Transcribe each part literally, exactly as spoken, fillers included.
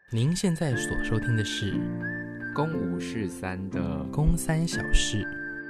您现在所收听的是公五是三的公三小事。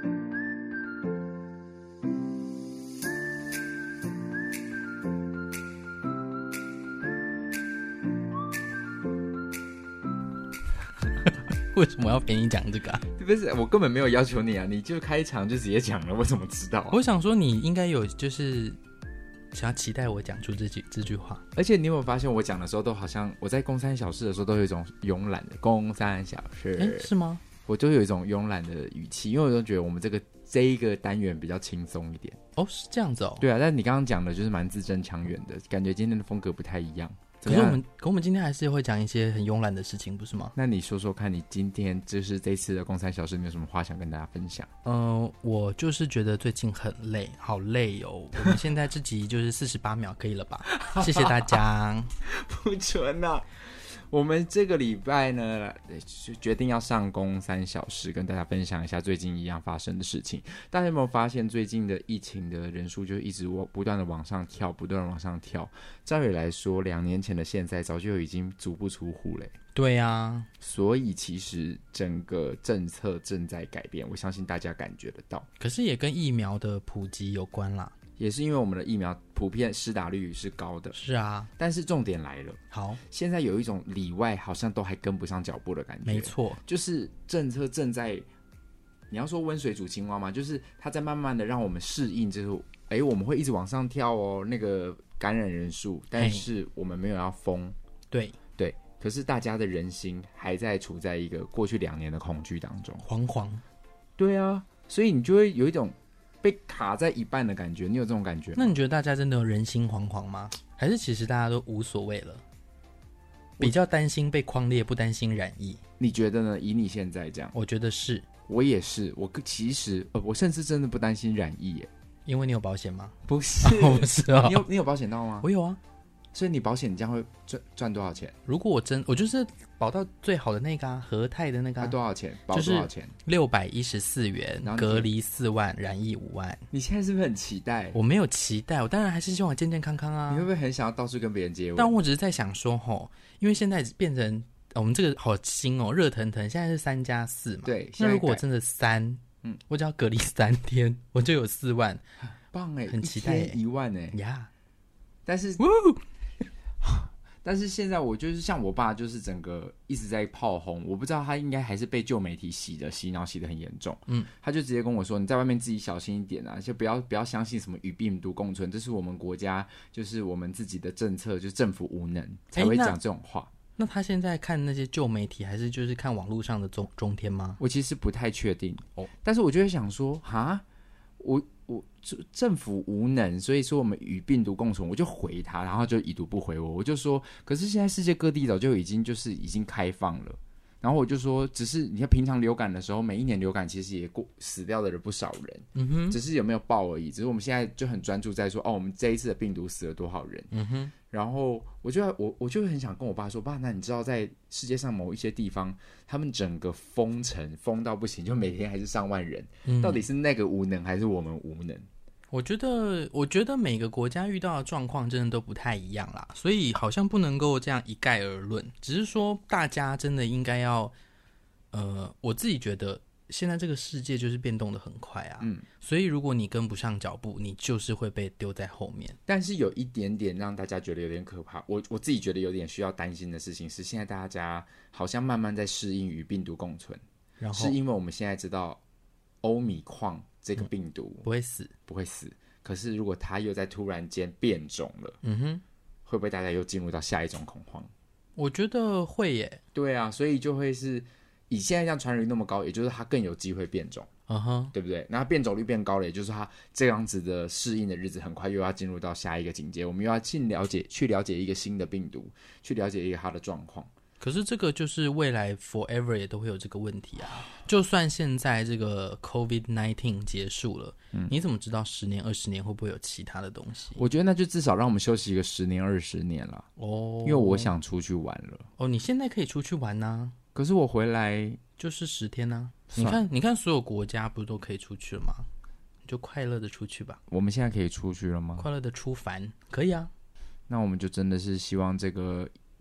为什么要陪你讲这个啊？ 不是，我根本没有要求你啊，你就开场就直接讲了，我怎么知道啊？ 我想说你应该有就是想要期待我讲出这句这句话。 而且你有没有发现我讲的时候都好像我在公三小事的时候都有一种慵懒的公三小事。 诶，是吗？ 我就有一种慵懒的语气，因为我就觉得我们这个这一个单元比较轻松一点。 哦，是这样子哦。 对啊，但你刚刚讲的就是蛮字正腔圆的，感觉今天的风格不太一样。 可是我们，可我们今天还是会讲一些很慵懒的事情，不是吗？ 那你说说看，你今天就是这次的公三小事，你有什么话想跟大家分享？ 嗯、呃，我就是觉得最近很累，好累哦。我们现在这集就是四十八秒，可以了吧？谢谢大家。 不准啊！我们这个礼拜呢，决定要上公三小事，跟大家分享一下最近一样发生的事情。大家有没有发现，最近的疫情的人数就一直不断的往上跳，不断的往上跳？照理来说，两年前的现在早就已经足不出户嘞。 对啊， 所以其实整个政策正在改变，我相信大家感觉得到。 可是也跟疫苗的普及有关啦。 也是因为我们的疫苗普遍施打率是高的。 是啊， 但是重点来了， 好， 现在有一种里外好像都还跟不上脚步的感觉。 没错， 就是政策正在，你要说温水煮青蛙吗？就是它在慢慢的让我们适应，就是哎，我们会一直往上跳哦，那个感染人数，但是我们没有要封。 对对，可是大家的人心还在处在一个过去两年的恐惧当中， 惶惶。 对啊，所以你就会有一种被卡在一半的感觉。你有这种感觉吗？ 那你觉得大家真的有人心惶惶吗？还是其实大家都无所谓了，比较担心被匡列，不担心染疫？ 你觉得呢？以你现在这样， 我觉得是。 我也是，我其实呃，我甚至真的不担心染疫耶。 因为你有保险吗？ 不是， 哦、不是哦。 你有你有保险到吗？ 我有啊。 所以你保险你这样会赚赚多少钱？ 如果我真我就是保到最好的那个啊，和泰的那个、啊啊、多少钱？保多少钱？ 六百一十四元，隔离四万，染疫五万。 你现在是不是很期待？ 我没有期待，我当然还是希望健健康康啊。 你会不会很想要到处跟别人接吻？ 但我只是在想说吼，因为现在变成我们这个好新哦，热腾腾，现在是三加四嘛。 对， 那如果我真的三，嗯，我只要隔离三天，我就有四万， 棒哎， 很期待耶， 一万哎呀。 但是。但是现在我就是像我爸，就是整个一直在炮轰，我不知道他应该还是被旧媒体洗的洗脑洗得很严重。嗯，他就直接跟我说：“你在外面自己小心一点啊，就不要不要相信什么与病毒共存，这是我们国家就是我们自己的政策，就是政府无能才会讲这种话。” 那他现在看那些旧媒体，还是就是看网络上的中中天吗？ 我其实不太确定哦，但是我就会想说，哈，我。我政府无能，所以说我们与病毒共存，我就回他，然后就已读不回我，我就说，可是现在世界各地早就已经就是已经开放了，然后我就说，只是你看平常流感的时候，每一年流感其实也过死掉的人不少人，嗯哼，只是有没有报而已，只是我们现在就很专注在说，哦，我们这一次的病毒死了多少人，嗯哼，然后我就我我就很想跟我爸说，爸，那你知道在世界上某一些地方，他们整个封城封到不行，就每天还是上万人，嗯，到底是那个无能还是我们无能？ 我觉得，我觉得每个国家遇到的状况真的都不太一样啦，所以好像不能够这样一概而论。只是说，大家真的应该要，呃，我自己觉得现在这个世界就是变动的很快啊，嗯，所以如果你跟不上脚步，你就是会被丢在后面。 但是有一点点让大家觉得有点可怕，我我自己觉得有点需要担心的事情是，现在大家好像慢慢在适应与病毒共存，然后是因为我们现在知道欧米矿这个病毒、 嗯、不会死， 不会死。可是如果它又在突然间变种了，嗯哼，会不会大家又进入到下一种恐慌？ 我觉得会耶。 对啊，所以就会是以现在这样传染率那么高，也就是它更有机会变种，嗯哼，对不对？那变种率变高了，也就是它这样子的适应的日子很快又要进入到下一个境界，我们又要去了解去了解一个新的病毒，去了解一个它的状况。 可是这个就是未来 forever 也都会有这个问题啊！就算现在这个 COVID 十九 结束了、嗯，你怎么知道十年、二十年会不会有其他的东西？ 我觉得那就至少让我们休息一个十年、二十年了哦。因为我想出去玩了。 哦，你现在可以出去玩啊， 可是我回来就是十天啊。你看，你看，所有国家不是都可以出去了吗？你就快乐的出去吧。 我们现在可以出去了吗？ 快乐的出凡，可以啊。 那我们就真的是希望这个。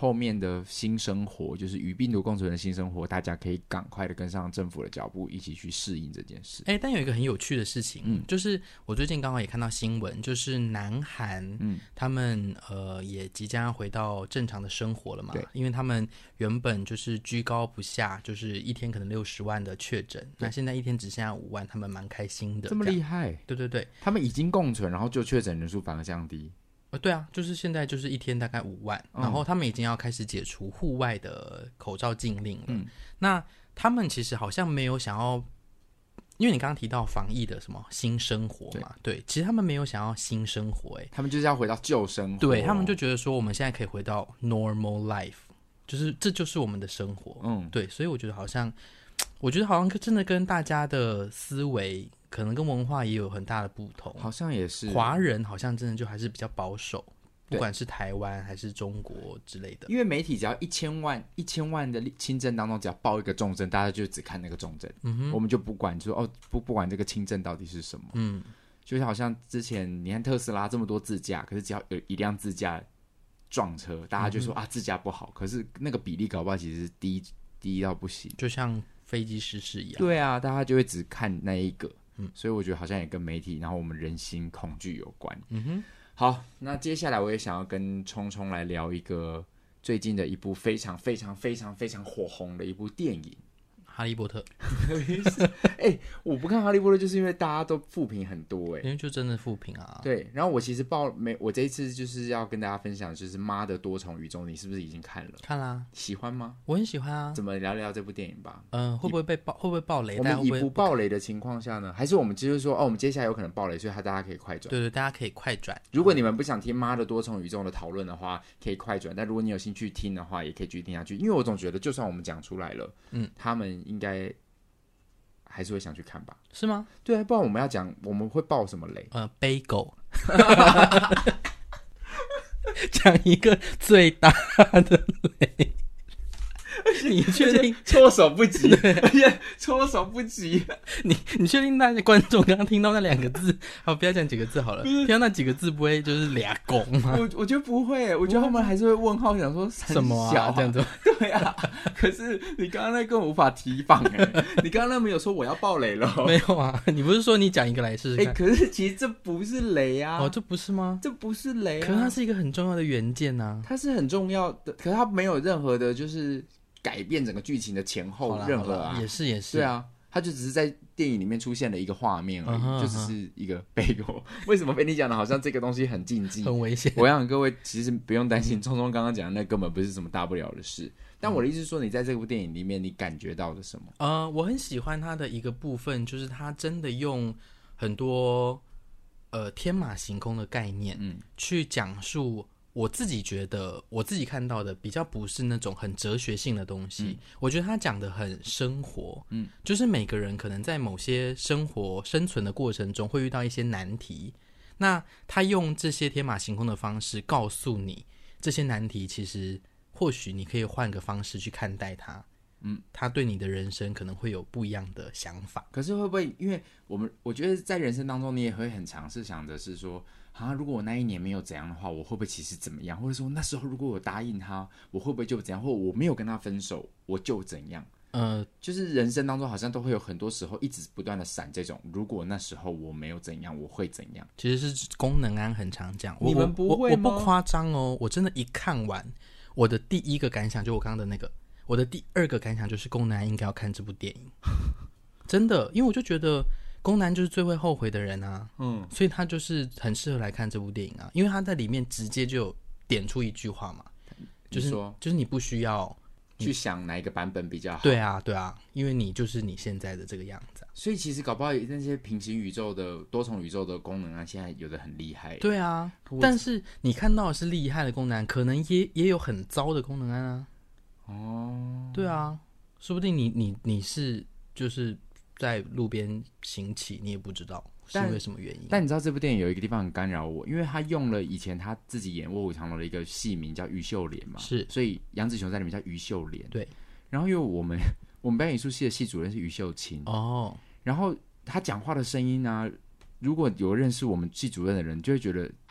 后面的新生活，就是与病毒共存的新生活，大家可以赶快的跟上政府的脚步，一起去适应这件事。 哎、欸，但有一个很有趣的事情，嗯，就是我最近刚好也看到新闻，就是南韩，嗯，他们呃也即将要回到正常的生活了嘛，对，因为他们原本就是居高不下，就是一天可能六十万的确诊，那现在一天只剩下五万，他们蛮开心的， 这么厉害？ 对对对， 他们已经共存，然后就确诊人数反而降低。 呃，对啊，就是现在就是一天大概五万、嗯，然后他们已经要开始解除户外的口罩禁令了。嗯，那他们其实好像没有想要，因为你刚刚提到防疫的什么新生活嘛， 对, 对，其实他们没有想要新生活、欸，他们就是要回到旧生活， 对他们就觉得说我们现在可以回到 normal life， 就是这就是我们的生活，嗯，对，所以我觉得好像，我觉得好像真的跟大家的思维。可能跟文化也有很大的不同， 好像也是。 华人好像真的就还是比较保守，不管是台湾还是中国之类的。 因为媒体只要一千万一千万的轻症当中，只要报一个重症，大家就只看那个重症，嗯、我们就不管说哦不不管这个轻症到底是什么。嗯，就好像之前你看特斯拉这么多自驾，可是只要有一辆自驾撞车，大家就说、嗯、啊自驾不好，可是那个比例搞不好其实低低到不行， 就像飞机失事一样。 对啊，大家就会只看那一个。嗯，所以我觉得好像也跟媒体，然后我们人心恐惧有关。嗯哼，好，那接下来我也想要跟冲冲来聊一个最近的一部非常非常非常非常火红的一部电影。 哈利波特。 哎、欸，我不看哈利波特就是因为大家都负评很多哎、欸， 因为就真的负评啊。 对，然后我其实报没，我这一次就是要跟大家分享，就是《妈的多重宇宙》，你是不是已经看了？ 看啦， 喜欢吗？ 我很喜欢啊。 怎么聊聊这部电影吧？ 嗯、呃，会不会被爆？会不会爆雷？ 我们以不爆雷的情况下呢，还是我们就是说，哦，我们接下来有可能爆雷，所以大家可以快转。 对对，大家可以快转。 如果你们不想听《妈的多重宇宙》的讨论的话，可以快转。但如果你有兴趣听的话，也可以继续听下去。因为我总觉得，就算我们讲出来了，嗯，他们应该。还是会想去看吧？ 是吗？ 对啊，不然我们要讲我们会爆什么雷？ 呃，背狗，讲一个最大的雷。你确定措手不及？而且措手不及。 你你确定大家观众刚刚听到那两个字，好，不要讲几个字好了，听到那几个字不会就是俩拱吗？ 我我觉得不会，我觉得他们还是会问号，想说什么啊这样子。 对啊，可是你刚刚那根本无法提防哎，你刚刚那没有说我要爆雷了， 没有啊？你不是说你讲一个来试试看？ 哎、欸，可是其实这不是雷啊！ 哦，这不是吗？ 这不是雷、啊， 可是它是一个很重要的元件啊， 它是很重要的，可是它没有任何的，就是改变整个剧情的前后任何啊， 也是也是， 对啊，它就只是在电影里面出现了一个画面而已， uh-huh, 就只是一个背后。为什么被你讲的好像这个东西很禁忌、 很危险？ 我想各位其实不用担心，聪聪刚刚讲的那根本不是什么大不了的事。但我的意思是说，你在这部电影里面，你感觉到了什么？ 呃，我很喜欢它的一个部分，就是它真的用很多呃天马行空的概念，嗯，去讲述。我自己觉得，我自己看到的比较不是那种很哲学性的东西，嗯、我觉得他讲的很生活，嗯，就是每个人可能在某些生活生存的过程中会遇到一些难题，那他用这些天马行空的方式告诉你，这些难题其实或许你可以换个方式去看待它，嗯，他对你的人生可能会有不一样的想法。 可是会不会，因为我们我觉得在人生当中，你也会很尝试想着是说。啊，如果我那一年没有怎样的话，我会不会其实怎么样？或者说那时候如果我答应他，我会不会就怎样？或者我没有跟他分手，我就怎样？呃，就是人生当中好像都会有很多时候一直不断的闪这种，如果那时候我没有怎样，我会怎样？ 其实是功能安很常讲， 你们不会吗？ 我, 我, 我不夸张哦，我真的一看完，我的第一个感想就我刚刚的那个，我的第二个感想就是功能安应该要看这部电影，真的，因为我就觉得。宫南就是最会后悔的人啊，嗯，所以他就是很适合来看这部电影啊，因为他在里面直接就点出一句话嘛，就是说就是你不需要去想哪一个版本比较好， 对啊，对啊，因为你就是你现在的这个样子、啊， 所以其实搞不好那些平行宇宙的多重宇宙的功能啊，现在有的很厉害， 对啊，但是你看到的是厉害的功能，可能也也有很糟的功能啊，哦，对啊，说不定你你你是就是。在路边行乞，你也不知道是因为什么原因。 但你知道这部电影有一个地方很干扰我，因为他用了以前他自己演《卧虎藏龙》的一个戏名叫于秀莲嘛， 是， 所以杨紫琼在里面叫于秀莲。 对， 然后因为我们我们表演艺术系的系主任是于秀清哦，然后他讲话的声音啊，如果有认识我们系主任的人，就会觉得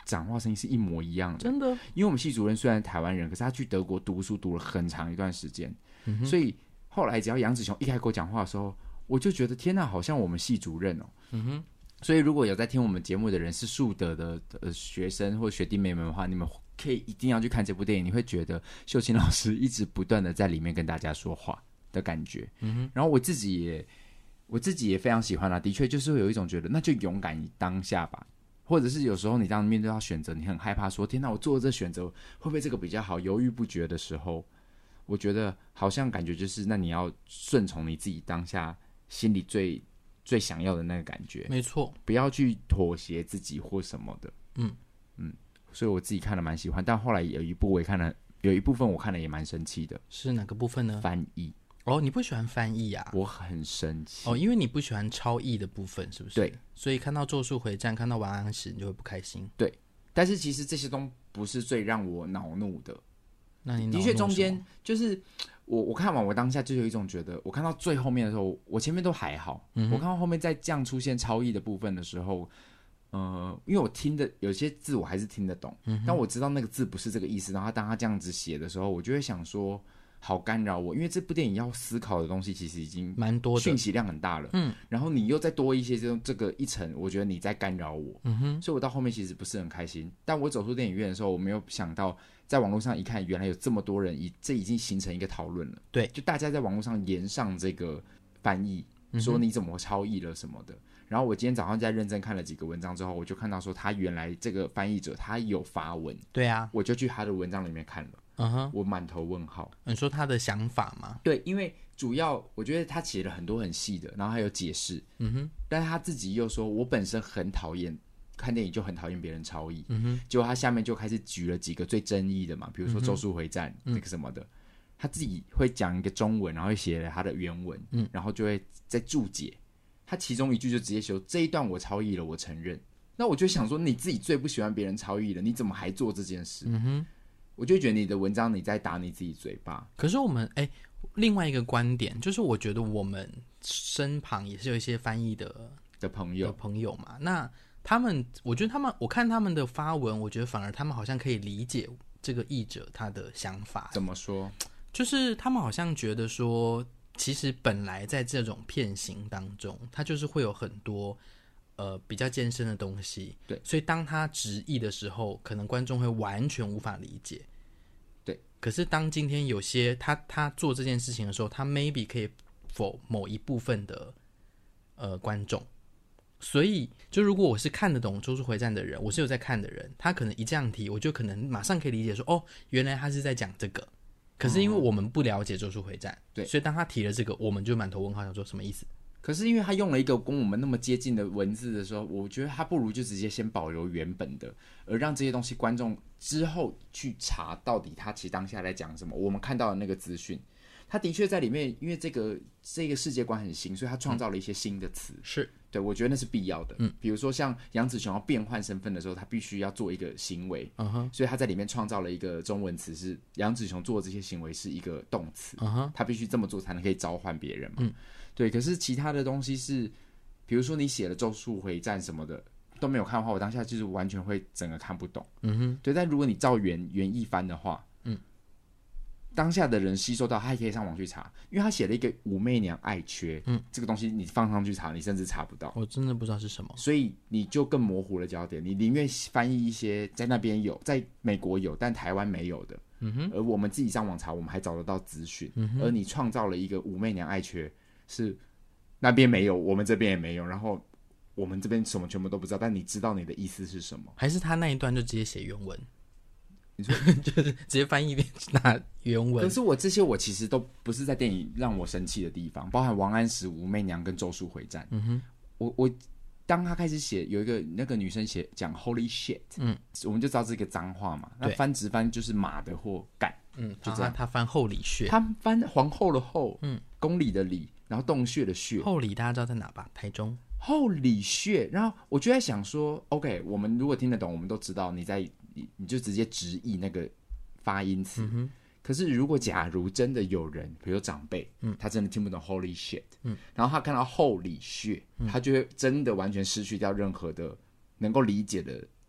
讲话声音是一模一样的， 真的。 因为我们系主任虽然台湾人，可是他去德国读书读了很长一段时间， 嗯、 所以后来只要杨子琼一开口讲话的时候，我就觉得天哪，好像我们系主任哦。 嗯哼。 所以如果有在听我们节目的人是树德的、呃、学生或学弟妹们的话，你们可以一定要去看这部电影，你会觉得秀琴老师一直不断的在里面跟大家说话的感觉。嗯哼。然后我自己也我自己也非常喜欢啦，的确就是会有一种觉得那就勇敢于当下吧，或者是有时候你当面对到选择，你很害怕说天哪，我做了这选择会不会这个比较好，犹豫不决的时候，我觉得好像感觉就是那你要顺从你自己当下心里最最想要的那个感觉， 没错， 不要去妥协自己或什么的。 嗯嗯，所以我自己看了蛮喜欢，但后来有一部我也看了，有一部分我看了也蛮生气的。 是哪个部分呢？ 翻译。 哦，你不喜欢翻译啊？ 我很生气。 哦，因为你不喜欢超译的部分，是不是？ 对， 所以看到《咒术回战》、看到《晚安时》，你就会不开心。 对，但是其实这些都不是最让我恼怒的。 那你恼怒的确中间就是我我看完，我当下就有一种觉得，我看到最后面的时候，我前面都还好，嗯、我看到后面再这样出现超译的部分的时候，呃，因为我听的有些字我还是听得懂，嗯、但我知道那个字不是这个意思，然后当他这样子写的时候，我就会想说。好干扰我，因为这部电影要思考的东西其实已经蛮多的， 讯息量很大了。嗯，然后你又再多一些这种这个一层，我觉得你在干扰我。嗯哼，所以我到后面其实不是很开心。但我走出电影院的时候，我没有想到，在网络上一看，原来有这么多人，已这已经形成一个讨论了。 对， 就大家在网络上延上这个翻译，说你怎么超译了什么的。嗯、然后我今天早上在认真看了几个文章之后，我就看到说他原来这个翻译者他有发文。 对啊， 我就去他的文章里面看了。嗯哼，我满头问号。 你说他的想法吗？ 对，因为主要我觉得他写了很多很细的，然后还有解释。嗯哼，但是他自己又说，我本身很讨厌看电影，就很讨厌别人超译。嗯哼，结果他下面就开始举了几个最争议的嘛，比如说《咒术回战》那个什么的，嗯、他自己会讲一个中文，然后会写了他的原文，嗯，然后就会再注解。他其中一句就直接说这一段我超译了，我承认。那我就想说，你自己最不喜欢别人超译了，你怎么还做这件事？嗯哼。我就觉得你的文章你在打你自己嘴巴。 可是我们哎，另外一个观点就是，我觉得我们身旁也是有一些翻译的的朋友的朋友嘛。那他们，我觉得他们，我看他们的发文，我觉得反而他们好像可以理解这个译者他的想法。 怎么说？ 就是他们好像觉得说，其实本来在这种片型当中，它就是会有很多。呃，比较艰深的东西， 对， 所以当他直译的时候，可能观众会完全无法理解， 对。 可是当今天有些他他做这件事情的时候，他 maybe 可以否某一部分的呃观众，所以就如果我是看得懂《咒术回战》的人，我是有在看的人，他可能一这样提，我就可能马上可以理解说，哦，原来他是在讲这个。可是因为我们不了解《咒术回战》， 对， 所以当他提了这个，我们就满头问号，想说什么意思？ 可是因为他用了一个跟我们那么接近的文字的时候，我觉得他不如就直接先保留原本的，而让这些东西观众之后去查到底他其实当下在讲什么。我们看到的那个资讯，他的确在里面，因为这个这个世界观很新，所以他创造了一些新的词。 嗯、是对，我觉得那是必要的。嗯，比如说像杨紫琼要变换身份的时候，他必须要做一个行为，嗯哼，所以他在里面创造了一个中文词，是杨紫琼做的这些行为是一个动词，嗯哼，他必须这么做才能可以召唤别人嘛。嗯。对，可是其他的东西是，比如说你写了《咒术回战》什么的都没有看的话，我当下就是完全会整个看不懂。嗯哼，对。但如果你照原原意翻的话，嗯，当下的人吸收到，他还可以上网去查，因为他写了一个武媚娘爱缺，嗯，这个东西你放上去查，你甚至查不到。 我真的不知道是什么， 所以你就更模糊了焦点。你宁愿翻译一些在那边有，在美国有，但台湾没有的。嗯哼，而我们自己上网查，我们还找得到资讯。嗯哼，而你创造了一个武媚娘爱缺。是那边没有，我们这边也没有，然后我们这边什么全部都不知道，但你知道你的意思是什么？ 还是他那一段就直接写原文？你说就是直接翻译一遍拿原文？ 可是我这些我其实都不是在电影让我生气的地方，包含王安石、武媚娘跟咒术回战。嗯哼，我我当他开始写有一个那个女生写讲 Holy shit， 嗯，我们就知道这个脏话嘛。那翻直翻就是马的或干， 嗯，就这样。他翻后里穴， 他翻皇后的后，嗯，公里的里。然后洞穴的穴， 后里大家知道在哪吧？台中后里穴。然后我就在想说 ，OK， 我们如果听得懂，我们都知道你在你你就直接直译那个发音词。嗯、可是如果假如真的有人，比如长辈，嗯，他真的听不懂 Holy shit，嗯，然后他看到后里穴，嗯、他就会真的完全失去掉任何的能够理解的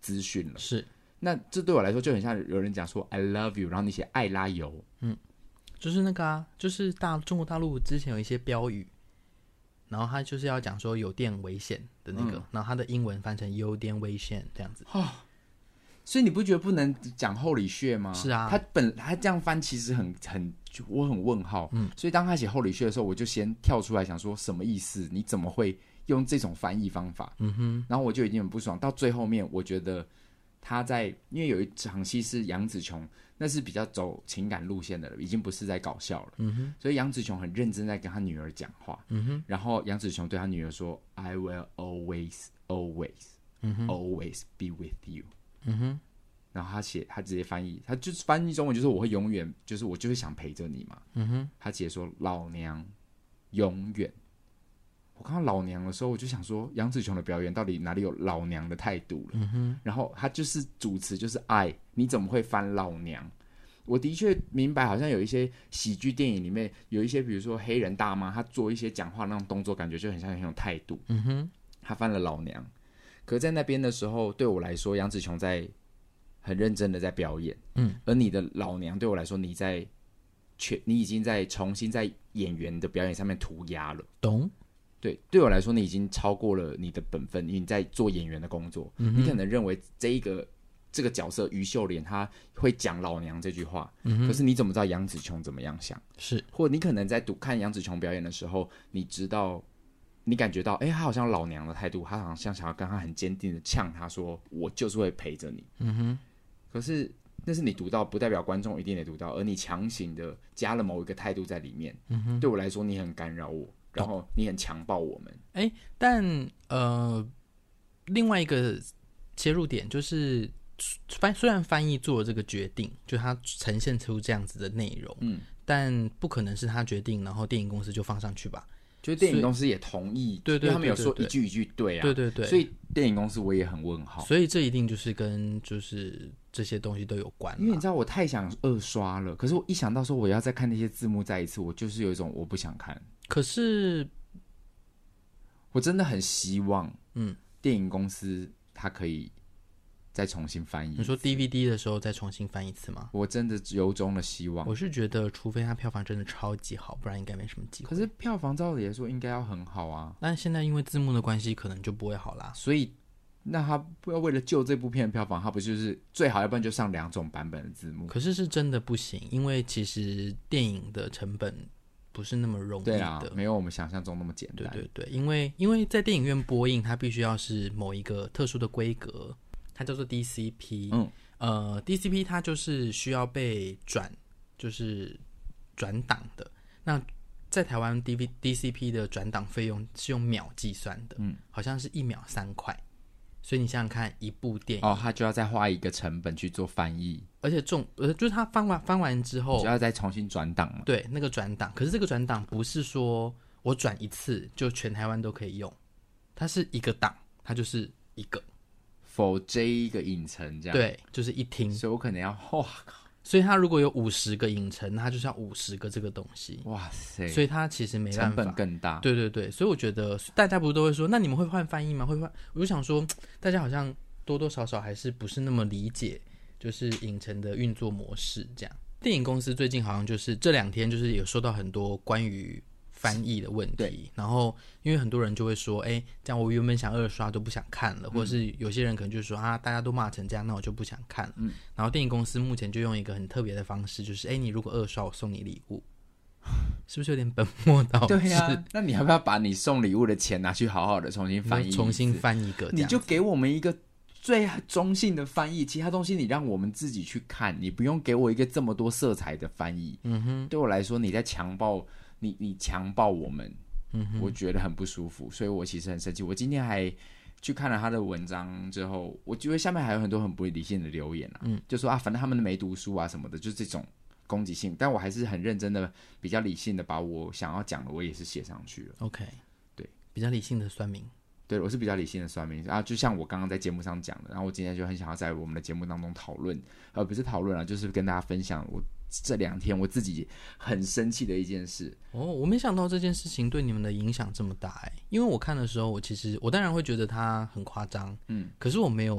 资讯了。 是， 那这对我来说就很像有人讲说 I love you， 然后你写爱拉油， 嗯，就是那个啊，就是大中国大陆之前有一些标语，然后他就是要讲说有电危险的那个，嗯、然后他的英文翻成有电危险这样子。 哦，所以你不觉得不能讲后里穴吗？ 是啊， 他本他这样翻其实很很我很问号，嗯，所以当他写后里穴的时候，我就先跳出来想说什么意思？你怎么会用这种翻译方法？嗯哼，然后我就已经很不爽。到最后面，我觉得他在因为有一场戏是杨紫琼，那是比较走情感路线的了，已经不是在搞笑了。嗯哼，所以杨紫琼很认真在跟他女儿讲话。嗯哼，然后杨紫琼对他女儿说 ：“I will always, always, 嗯哼 always be with you。”嗯哼，然后他写，他直接翻译，他就是翻译中文就是我会永远，就是我就会想陪着你嘛。嗯哼，他直接说老娘永远。我看到老娘的时候，我就想说杨紫琼的表演到底哪里有老娘的态度了？嗯哼，然后他就是主词就是爱，你怎么会翻老娘？我的确明白，好像有一些喜剧电影里面有一些，比如说黑人大妈，她做一些讲话那种动作，感觉就很像很有态度。嗯哼，他翻了老娘。可是在那边的时候，对我来说，杨紫琼在很认真的在表演，嗯，而你的老娘对我来说，你在全，你已经在重新在演员的表演上面涂鸦了， 懂？ 对，对我来说，你已经超过了你的本分，你在做演员的工作，嗯、你可能认为这一个这个角色于秀莲她会讲老娘这句话，嗯、可是你怎么知道杨紫琼怎么样想？ 是， 或你可能在读看杨紫琼表演的时候，你知道。你感觉到，哎、欸，他好像老娘的态度，他好像想要跟他很坚定的呛他说：“我就是会陪着你。”嗯哼。可是那是你读到，不代表观众一定得读到，而你强行的加了某一个态度在里面。嗯哼。对我来说，你很干扰我，然后你很强暴我们。 哎、欸，但呃，另外一个切入点就是，翻虽然翻译做了这个决定，就他呈现出这样子的内容，嗯，但不可能是他决定，然后电影公司就放上去吧。 就是电影公司也同意，对对，因为他们有说一句一句对啊， 对对对， 所以电影公司我也很问号， 所以这一定就是跟就是这些东西都有关。 因为你知道我太想二刷了，可是我一想到说我要再看那些字幕再一次，我就是有一种我不想看。 可是我真的很希望，嗯，电影公司它可以再重新翻译。 你说 D V D 的时候再重新翻一次吗？ 我真的由衷的希望。 我是觉得，除非它票房真的超级好，不然应该没什么机会。 可是票房照理来说应该要很好啊， 但现在因为字幕的关系，可能就不会好啦。 所以，那他不要为了救这部片的票房，他不就是最好，要不然就上两种版本的字幕。 可是是真的不行，因为其实电影的成本不是那么容易的， 对啦，没有我们想象中那么简单。 对对对，因为因为在电影院播映，它必须要是某一个特殊的规格。它叫做 D C P， 嗯，呃 ，D C P 它就是需要被转，就是转档的。那在台湾 D V D C P 的转档费用是用秒计算的，嗯，好像是一秒三块。所以你想想看，一部电影哦，他就要再花一个成本去做翻译， 而且重呃，就是他翻完翻完之后， 就要再重新转档嘛。 对，那个转档，可是这个转档不是说我转一次就全台湾都可以用，它是一个档，它就是一个。 否这一个影城这样， 对，就是一厅， 所以我可能要哇靠， 所以他如果有五十个影城，他就是要五十个这个东西， 哇塞， 所以他其实没办法， 成本更大。 对对对，所以我觉得大家不是都会说，那你们会换翻译吗？会换？我就想说，大家好像多多少少还是不是那么理解，就是影城的运作模式这样。电影公司最近好像就是这两天就是有收到很多关于翻译的问题，然后因为很多人就会说，哎，这样我原本想二刷都不想看了，嗯、或者是有些人可能就说啊，大家都骂成这样，那我就不想看了。嗯、然后电影公司目前就用一个很特别的方式，就是哎，你如果二刷，我送你礼物，是不是有点本末倒置？ 对呀、啊，那你要不要把你送礼物的钱拿去好好的重新翻译， 重新翻一个？ 你就给我们一个最中性的翻译，其他东西你让我们自己去看，你不用给我一个这么多色彩的翻译。嗯哼，对我来说，你在强暴。你你强暴我们、嗯，我觉得很不舒服，所以我其实很生气。我今天还去看了他的文章之后，我觉得下面还有很多很不理性的留言啊，嗯、就说啊，反正他们没读书啊什么的，就是这种攻击性。但我还是很认真的、比较理性的把我想要讲的，我也是写上去了。 OK， 对， 比较理性的酸民。 对，我是比较理性的酸民啊，就像我刚刚在节目上讲的，然后我今天就很想要在我们的节目当中讨论，呃，不是讨论啊，就是跟大家分享我这两天我自己很生气的一件事。 哦，我没想到这件事情对你们的影响这么大哎，因为我看的时候，我其实我当然会觉得它很夸张，嗯，可是我没有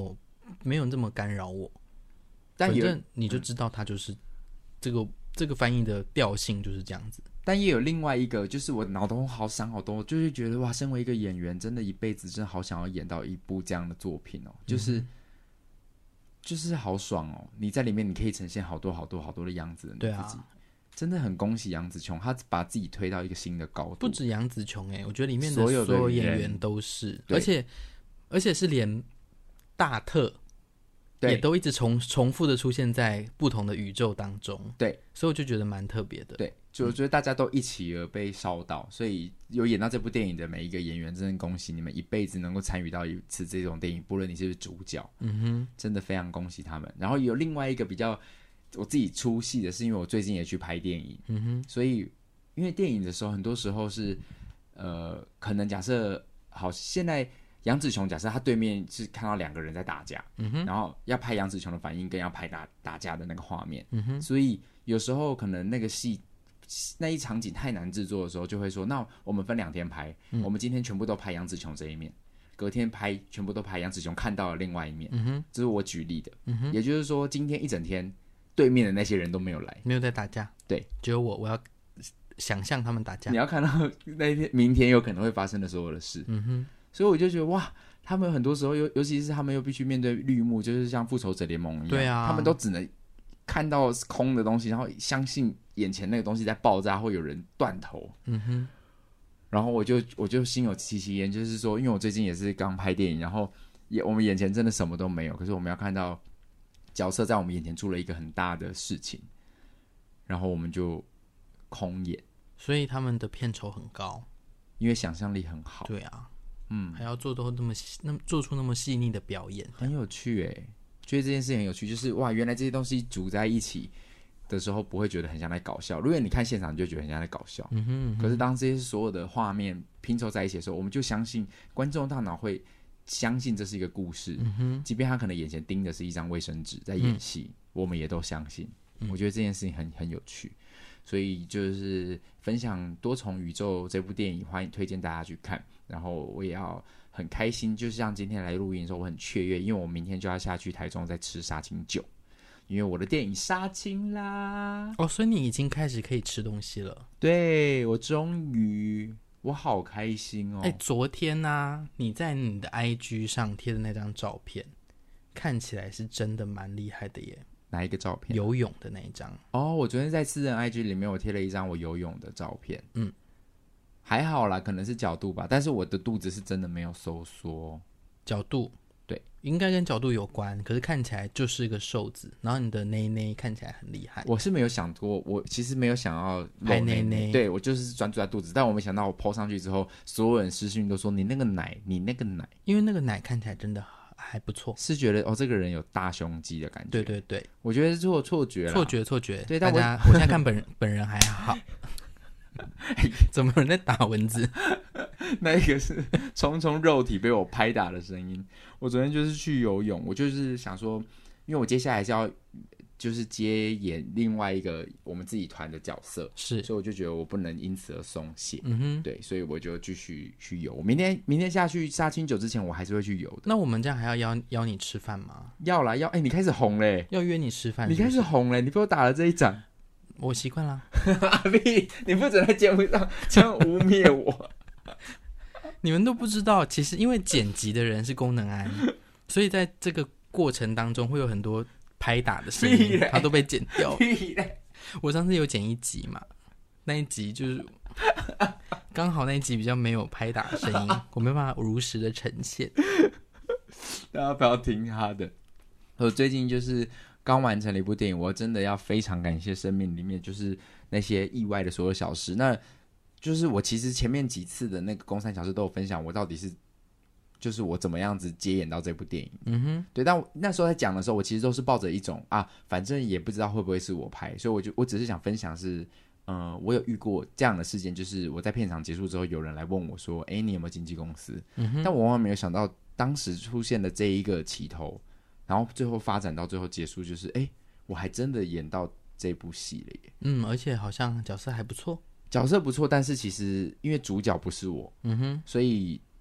没有这么干扰我。 但反正你就知道它就是、嗯、这个这个翻译的调性就是这样子。 但也有另外一个，就是我脑洞好想好多，就是觉得哇，身为一个演员，真的一辈子真的好想要演到一部这样的作品哦，就是、嗯、就是好爽哦！你在里面你可以呈现好多好多好多的样子， 对啊， 自己真的很恭喜杨紫琼，她把自己推到一个新的高度。 不止杨紫琼哎、欸，我觉得里面的所有所有演员都是，而且而且是连大特。也都一直重重复的出现在不同的宇宙当中， 对， 所以我就觉得蛮特别的。 对，就我觉得大家都一起而被烧到、嗯，所以有演到这部电影的每一个演员，真的恭喜你们一辈子能够参与到一次这种电影，不论你是不是主角，嗯哼，真的非常恭喜他们。然后有另外一个比较我自己出戏的是，因为我最近也去拍电影，嗯哼，所以因为电影的时候，很多时候是呃，可能假设好现在。杨紫琼假设他对面是看到两个人在打架、嗯哼，然后要拍杨紫琼的反应跟要拍 打, 打架的那个画面、嗯哼，所以有时候可能那个戏那一场景太难制作的时候，就会说那我们分两天拍、嗯、我们今天全部都拍杨紫琼这一面，隔天拍全部都拍杨紫琼看到了另外一面、嗯哼，这是我举例的、嗯哼，也就是说今天一整天对面的那些人都没有来， 没有在打架， 对， 只有我我要想象他们打架， 你要看到那一天明天有可能会发生的所有的事，嗯哼，所以我就觉得哇，他们很多时候尤尤其是他们又必须面对绿幕，就是像复仇者联盟一样， 对啊， 他们都只能看到空的东西，然后相信眼前那个东西在爆炸，会有人断头。嗯哼，然后我就我就心有戚戚焉，就是说，因为我最近也是刚拍电影，然后也我们眼前真的什么都没有，可是我们要看到角色在我们眼前做了一个很大的事情，然后我们就空演， 所以他们的片酬很高， 因为想象力很好。 对啊。嗯，还要做到那么那么做出那么细腻的表演， 很有趣哎、欸，觉得这件事情很有趣，就是哇，原来这些东西组在一起的时候，不会觉得很像在搞笑。如果你看现场，你就觉得很像在搞笑。嗯哼嗯哼，可是当这些所有的画面拼凑在一起的时候，我们就相信观众大脑会相信这是一个故事。嗯哼，即便他可能眼前盯的是一张卫生纸在演戏、嗯，我们也都相信。嗯、我觉得这件事情很很有趣。所以就是分享《多重宇宙》这部电影，欢迎推荐大家去看。然后我也要很开心，就像今天来录音的时候，我很雀跃，因为我明天就要下去台中再吃杀青酒，因为我的电影杀青啦。 哦，所以你已经开始可以吃东西了？ 对，我终于，我好开心哦！ 哎，昨天啊，你在你的 I G 上贴的那张照片，看起来是真的蛮厉害的耶。 哪一个照片？ 游泳的那一张。 哦，我昨天在私人 I G 里面我贴了一张我游泳的照片。嗯，还好啦，可能是角度吧，但是我的肚子是真的没有收缩。 角度？ 对， 应该跟角度有关，可是看起来就是个瘦子，然后你的内内看起来很厉害。 我是没有想过，我其实没有想要拍内内， 对，我就是专注在肚子，但我没想到我 po 上去之后，所有人私讯都说你那个奶，你那个奶， 因为那个奶看起来真的还不错， 是觉得哦，这个人有大胸肌的感觉。 对对对， 我觉得是错错觉啦， 错觉错觉。 对，但我我现在看本人本人还好。怎么有人在打蚊子？ 那一个是重重肉体被我拍打的声音。我昨天就是去游泳，我就是想说，因为我接下来是要就是接演另外一个我们自己团的角色， 是， 所以我就觉得我不能因此而松懈。嗯哼，对，所以我就继续去游。我明天明天下去杀青酒之前，我还是会去游的。 那我们这样还要邀邀你吃饭吗？ 要啦，要。哎、欸，你开始红嘞， 要约你吃饭是不是？ 你开始红嘞，你被我打了这一掌。 我习惯了。 阿碧，你不准在节目上这样污蔑我。 你们都不知道，其实因为剪辑的人是功能安，所以在这个过程当中会有很多拍打的声音，它都被剪掉。我上次有剪一集嘛，那一集就是刚好那一集比较没有拍打的声音，我没办法如实的呈现。 大家不要听他的。我最近就是刚完成了一部电影，我真的要非常感谢生命里面就是那些意外的所有小事。那就是我其实前面几次的那个公三小事都有分享，我到底是就是我怎么样子接演到这部电影。嗯哼，对，但我那时候在讲的时候，我其实都是抱着一种啊，反正也不知道会不会是我拍，所以我就我只是想分享是，嗯、呃，我有遇过这样的事件，就是我在片场结束之后，有人来问我说，哎，你有没有经纪公司？嗯哼，但我往往没有想到，当时出现的这一个起头，然后最后发展到最后结束，就是哎，我还真的演到这部戏了耶。 嗯，而且好像角色还不错。 角色不错，但是其实因为主角不是我，嗯哼，所以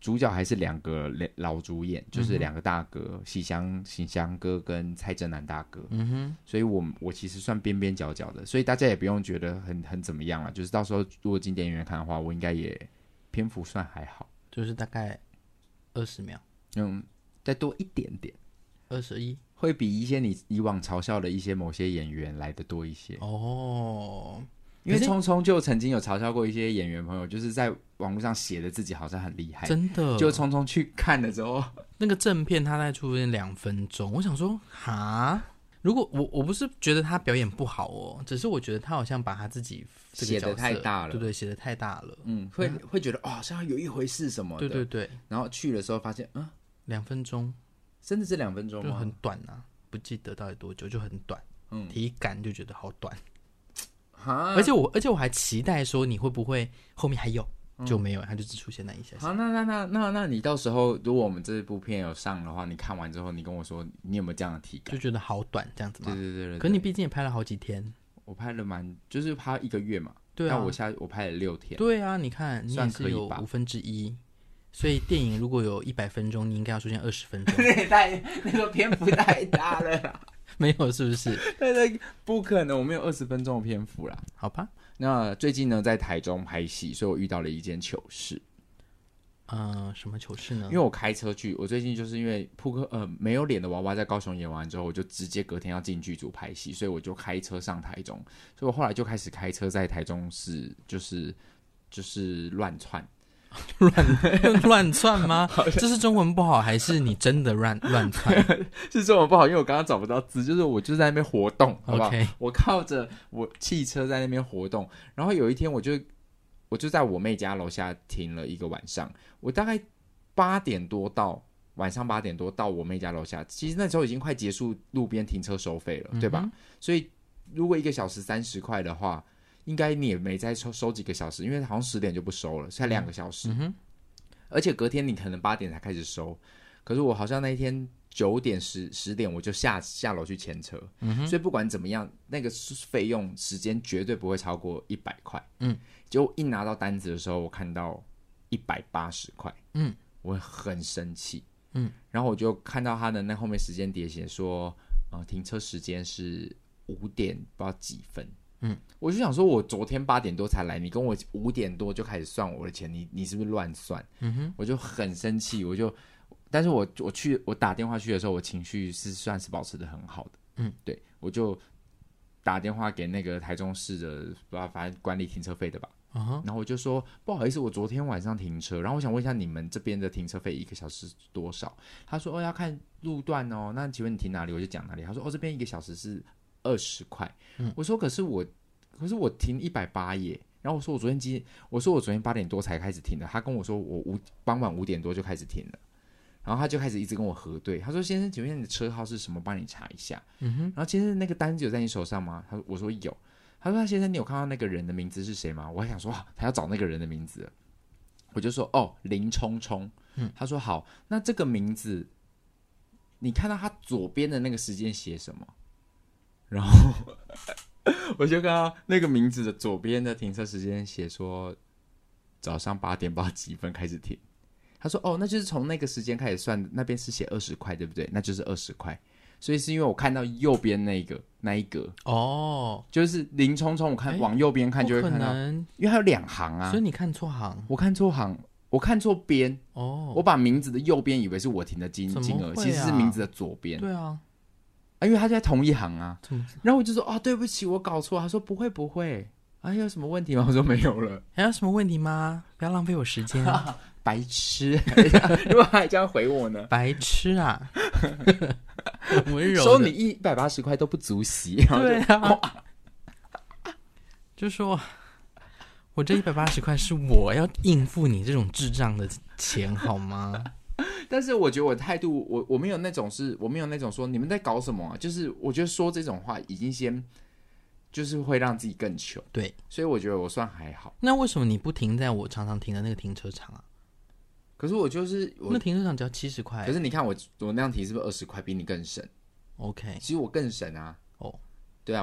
主角还是两个老主演，就是两个大哥，喜祥喜祥哥跟蔡正南大哥。嗯哼，所以我我其实算边边角角的，所以大家也不用觉得很很怎么样了。就是到时候如果进电影院看的话，我应该也篇幅算还好， 就是大概二十秒， 嗯，再多一点点， 二十一， 会比一些你以往嘲笑的一些某些演员来的多一些哦。 因为聪聪就曾经有嘲笑过一些演员朋友，就是在网络上写的自己好像很厉害， 真的。 就聪聪去看了之后， 那个正片他在出现两分钟，我想说，哈，如果我我不是觉得他表演不好哦，只是我觉得他好像把他自己写的太大了， 对对，写的太大了， 嗯，会、嗯、会觉得哦，好像有一回事什么的， 对对对。 然后去的时候发现，嗯， 两分钟， 真的是两分钟吗？ 就很短啊，不记得到底多久，就很短，嗯，体感就觉得好短。而且我，而且我还期待说你会不会后面还有，就没有，他就只出现那一下下。 好，那那那那那你到时候如果我们这部片有上的话，你看完之后，你跟我说你有没有这样的体感？ 就觉得好短这样子吗？ 对对 对, 对, 对。 可你毕竟也拍了好几天， 我拍了蛮，就是拍一个月嘛。 对啊。 但我下我拍了六天。 对啊，你看，你也是有五分之一。所以电影如果有一百分钟，你应该要出现二十分钟。 那太那个篇幅太大了啦。 没有是不是？ 对对，不可能，我没有二十分钟的篇幅啦。 好吧。 那最近呢，在台中拍戏，所以我遇到了一件糗事。 呃，什么糗事呢？ 因为我开车去，我最近就是因为扑克呃没有脸的娃娃在高雄演完之后，我就直接隔天要进剧组拍戏，所以我就开车上台中。所以我后来就开始开车在台中市，就是就是乱窜。 乱乱窜吗？这是中文不好，还是你真的乱乱窜？ 是中文不好，因为我刚刚找不到字，就是我就在那边活动，好不好？ Okay. 我靠着我汽车在那边活动，然后有一天我就我就在我妹家楼下停了一个晚上，我大概八点多到晚上八点多到我妹家楼下，其实那时候已经快结束路边停车收费了，嗯、对吧？所以如果一个小时三十块的话。应该你也没再收收几个小时，因为好像十点就不收了，才两个小时、嗯哼。而且隔天你可能八点才开始收，可是我好像那一天九点十十点我就下下楼去牵车、嗯，所以不管怎么样，那个费用时间绝对不会超过一百块。嗯，结果一拿到单子的时候，我看到一百八十块，嗯，我很生气，嗯，然后我就看到他的那后面时间碟写说，呃，停车时间是五点不知道几分。嗯，我就想说，我昨天八点多才来，你跟我五点多就开始算我的钱，你你是不是乱算？嗯哼，我就很生气，我就，但是我我去我打电话去的时候，我情绪是算是保持的很好的。嗯，对，我就打电话给那个台中市的，不知道反正管理停车费的吧。Uh-huh. 然后我就说不好意思，我昨天晚上停车，然后我想问一下你们这边的停车费一个小时多少？他说哦要看路段哦，那请问你停哪里？我就讲哪里。他说哦这边一个小时是二十块，我说可是我可是我停一百八耶，然后我说我昨天几我说我昨天八点多才开始停的，他跟我说我五傍晚五点多就开始停了，然后他就开始一直跟我核对，他说先生请问你的车号是什么，帮你查一下，嗯哼，然后先生那个单子有在你手上吗？他我说有，他说先生你有看到那个人的名字是谁吗？我还想说哇他要找那个人的名字了，我就说哦林冲冲，嗯，他说好，那这个名字你看到他左边的那个时间写什么？然后我就看到那个名字的左边的停车时间写说早上八点不知道几分开始停。他说哦那就是从那个时间开始算，那边是写二十块对不对？那就是二十块。所以是因为我看到右边那个那一格哦，就是林冲冲，我看往右边看就会看到，因为它有两行啊， 所以你看错行， 我看错行，我看错边哦，我把名字的右边以为是我停的金、啊、金额，其实是名字的左边。 对啊， 啊，因为他在同一行啊，然后我就说哦，对不起，我搞错。他说不会不会，啊，有什么问题吗？我说没有了。 还有什么问题吗？不要浪费我时间， 白痴！如果他还这样回我呢？ 白痴啊！温柔收你一百八十块都不足惜， 对啊，就说我这一百八十块是我要应付你这种智障的钱好吗？ 但是我觉得我的态度，我我没有那种是，我没有那种说你们在搞什么啊？就是我觉得说这种话已经先就是会让自己更糗， 对， 所以我觉得我算还好。 那为什么你不停在我常常停的那个停车场啊？ 可是我就是我那停车场只要七十块， 可是你看我我那样停是不是二十块，比你更省 ？OK， 其实我更省啊。哦，对啊，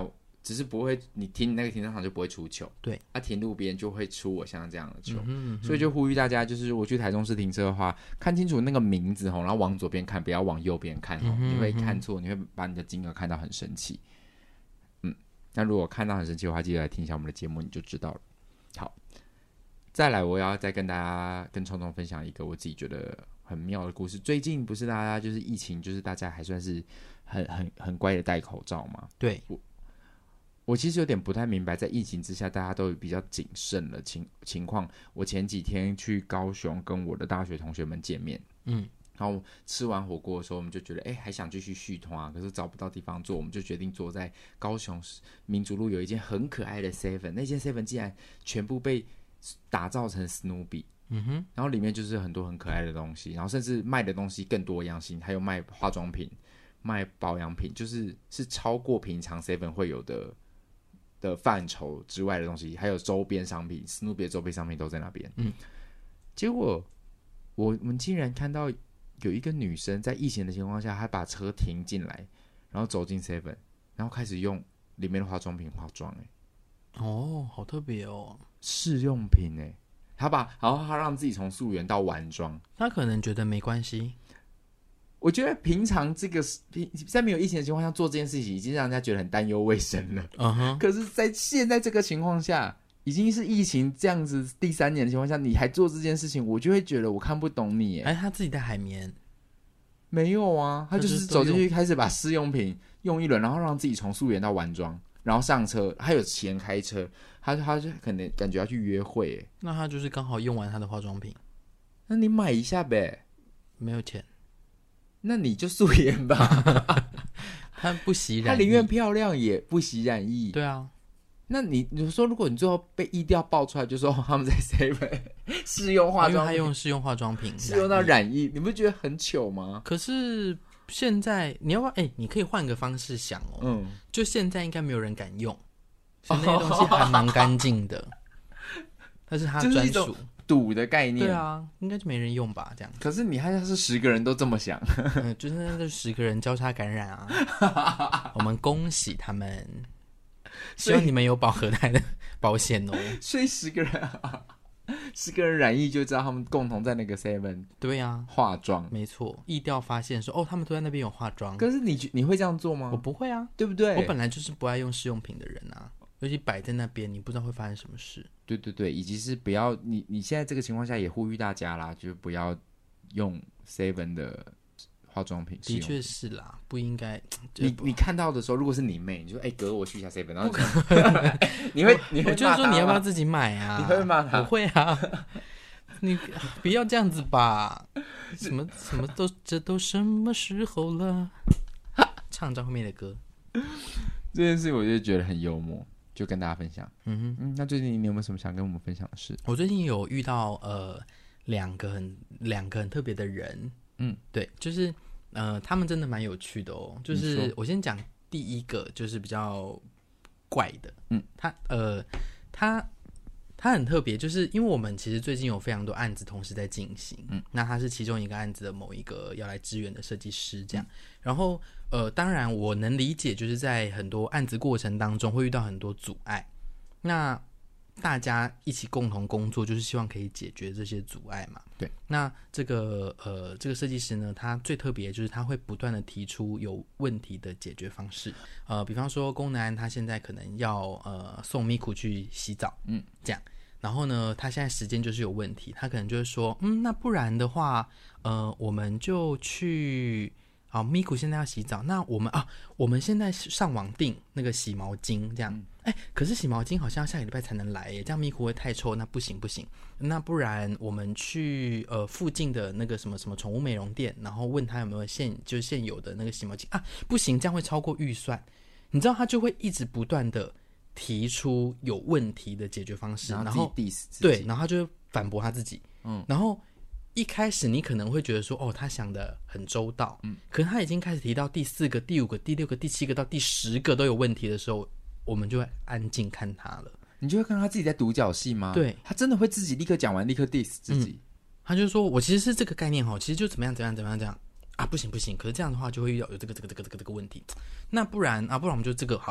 只是不会你停那个停车场就不会出糗， 对， 啊停路边就会出我像这样的糗、 嗯哼嗯哼， 所以就呼吁大家，就是如果去台中市停车的话，看清楚那个名字，然后往左边看，不要往右边看、嗯、你会看错，你会把你的金额看到很生气。嗯，那如果看到很生气的话，记得来听一下我们的节目，你就知道了。好，再来我要再跟大家跟聪聪分享一个我自己觉得很妙的故事。最近不是大家就是疫情，就是大家还算是很很很乖的戴口罩嘛？ 对， 我我其实有点不太明白，在疫情之下，大家都比较谨慎的情情况。我前几天去高雄跟我的大学同学们见面，嗯，然后吃完火锅的时候，我们就觉得，哎，还想继续续团啊，可是找不到地方坐，我们就决定坐在高雄民族路有一间很可爱的 seven， 那间 seven 竟然全部被打造成 Snoopy。嗯哼，然后里面就是很多很可爱的东西，然后甚至卖的东西更多样性，还有卖化妆品、卖保养品，就是是超过平常 seven 会有的。的范畴之外的东西，还有周边商品 Snoopy 的周边商品都在那边。嗯，结果我们竟然看到有一个女生在疫情的情况下，还把车停进来，然后走进 seven， 然后开始用里面的化妆品化妆。哎， 哦，好特别哦， 试用品哎，她把然后她让自己从素颜到完妆， 她可能觉得没关系。 我觉得平常这个在没有疫情的情况下做这件事情，已经让人家觉得很担忧卫生了。嗯哼。可是，在现在这个情况下，已经是疫情这样子第三年的情况下，你还做这件事情，我就会觉得我看不懂你。 哎，他自己带海绵？ 没有啊，他就是走进去开始把试用品用一轮，然后让自己从素颜到完妆，然后上车，他有钱开车，他他就可能感觉要去约会。哎， 那他就是刚好用完他的化妆品， 那你买一下呗。 没有钱。 那你就素颜吧。 他不洗染液， 他宁愿漂亮也不洗染液。 对啊， 那你你说，如果你最后被疫调爆出来，就说、哦、他们在 seven 试用化妆品，因为他用试用化妆品试用到染液，你不觉得很糗吗？ 可是现在你要不要？哎、欸，你可以换个方式想哦。嗯，就现在应该没有人敢用，所以那些东西还蛮干净的。但是他专属。 赌的概念， 对啊，应该就没人用吧，这样。 可是你看，要是十个人都这么想， 嗯，就是那这十个人交叉感染啊，我们恭喜他们，希望你们有保和泰的保险哦。 所以十个人、啊，十个人染疫就知道他们共同在那个 seven 对啊化妆， 没错。疫调发现说，哦，他们都在那边有化妆。 可是你你会这样做吗？ 我不会啊， 对不对？ 我本来就是不爱用试用品的人啊。尤其摆在那边，你不知道会发生什么事。 对对对，以及是不要你你现在这个情况下也呼吁大家啦，就是不要用 seven 的化妆品。 的确是啦，不应该。 你你看到的时候，如果是你妹，你就说哎、欸，哥，我去一下 seven， 然后你会你会我就是说你要不要自己买啊？ 你会骂他？ 我会啊。你不要这样子吧？什么什么都这都什么时候了？唱张惠妹的歌， 这件事我就觉得很幽默。就跟大家分享。嗯哼，嗯，那最近你有没有什么想跟我们分享的事？ 我最近有遇到呃两个很两个很特别的人，嗯，对，就是呃他们真的蛮有趣的哦。就是我先讲第一个，就是比较怪的，嗯，他呃他他很特别，就是因为我们其实最近有非常多案子同时在进行，嗯，那他是其中一个案子的某一个要来支援的设计师，这样，嗯、然后。呃，当然我能理解，就是在很多案子过程当中会遇到很多阻碍，那大家一起共同工作，就是希望可以解决这些阻碍嘛。 对， 那这个呃，这个设计师呢，他最特别就是他会不断的提出有问题的解决方式。呃，比方说宫南他现在可能要呃送咪咕去洗澡，嗯，这样，然后呢，他现在时间就是有问题，他可能就会说，嗯，那不然的话，呃，我们就去。好，咪咕现在要洗澡，那我们啊，我们现在上网订那个洗毛巾，这样，哎、嗯，可是洗毛巾好像下个礼拜才能来耶，这样咪咕会太臭，那不行不行，那不然我们去呃附近的那个什么什么宠物美容店，然后问他有没有现就是现有的那个洗毛巾啊，不行，这样会超过预算，你知道他就会一直不断的提出有问题的解决方式，然后对，然后他就会反驳他自己，嗯，然后。一开始你可能会觉得说，哦，他想的很周到，嗯，可是他已经开始提到第四个、第五个、第六个、第七个到第十个都有问题的时候，我们就会安静看他了。 你就会看到他自己在独角戏吗？ 对， 他真的会自己立刻讲完，立刻 diss 自己。嗯、 他就说，我其实是这个概念哈，其实就怎么样怎么样怎么样这样啊，不行不行，可是这样的话就会遇到有这个这个这个这个这个问题。那不然啊，不然我们就这个好了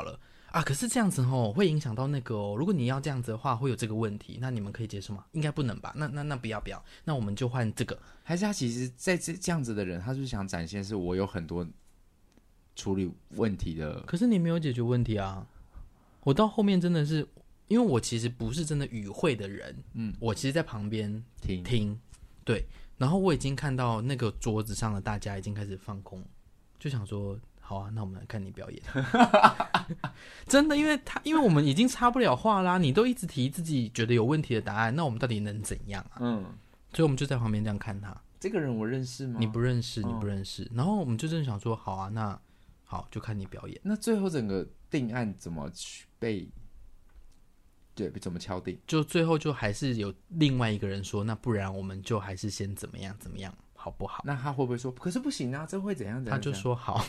啊，可是这样子哦，会影响到那个哦。如果你要这样子的话，会有这个问题，那你们可以接受吗？应该不能吧？那那那不要不要，那我们就换这个。 还是他其实在这这样子的人，他是不是想展现是我有很多处理问题的？ 可是你没有解决问题啊！我到后面真的是，因为我其实不是真的与会的人，嗯，我其实在旁边听听，对，然后我已经看到那个桌子上的大家已经开始放空，就想说。好啊，那我们来看你表演。真的，因为他，因为我们已经插不了话啦，你都一直提自己觉得有问题的答案，那我们到底能怎样啊？嗯，所以我们就在旁边这样看他。 这个人我认识吗？ 你不认识，你不认识。嗯、然后我们就真的想说，好啊，那好，就看你表演。 那最后整个定案怎么被对怎么敲定？ 就最后就还是有另外一个人说，那不然我们就还是先怎么样怎么样。好不好？ 那他会不会说？可是不行啊，这会怎样？怎样他就说好。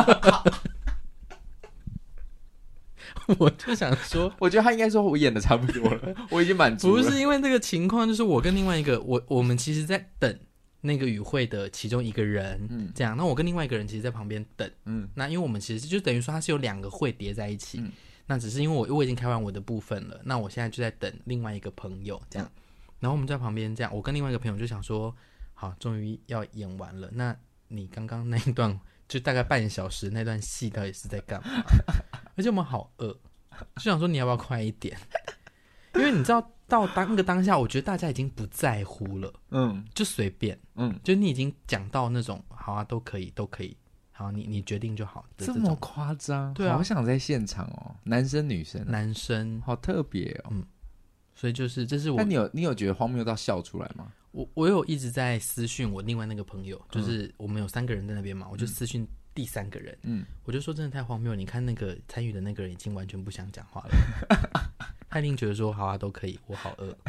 我就想说， 我觉得他应该说我演的差不多了，我已经满足了。 不是因为这个情况，就是我跟另外一个我我们其实在等那个与会的其中一个人，嗯，这样。那我跟另外一个人其实在旁边等，嗯。那因为我们其实就等于说他是有两个会叠在一起，嗯、那只是因为我我已经开完我的部分了，那我现在就在等另外一个朋友这样。嗯、然后我们在旁边这样，我跟另外一个朋友就想说。好，终于要演完了。那你刚刚那一段就大概半小时那段戏到底是在干嘛？而且我们好饿，就想说你要不要快一点？因为你知道到当那个当下，我觉得大家已经不在乎了，嗯，就随便，嗯，就你已经讲到那种好啊，都可以，都可以，好，你你决定就好。 这么夸张？ 对啊， 好想在现场哦，男生女生， 男生， 好特别哦，嗯， 所以就是这是我。 那你有你有觉得荒谬到笑出来吗？ 我我有一直在私讯我另外那个朋友，就是我们有三个人在那边嘛，我就私讯第三个人，嗯，我就说真的太荒谬，你看那个参与的那个人已经完全不想讲话了，他一定觉得说好啊都可以，我好饿，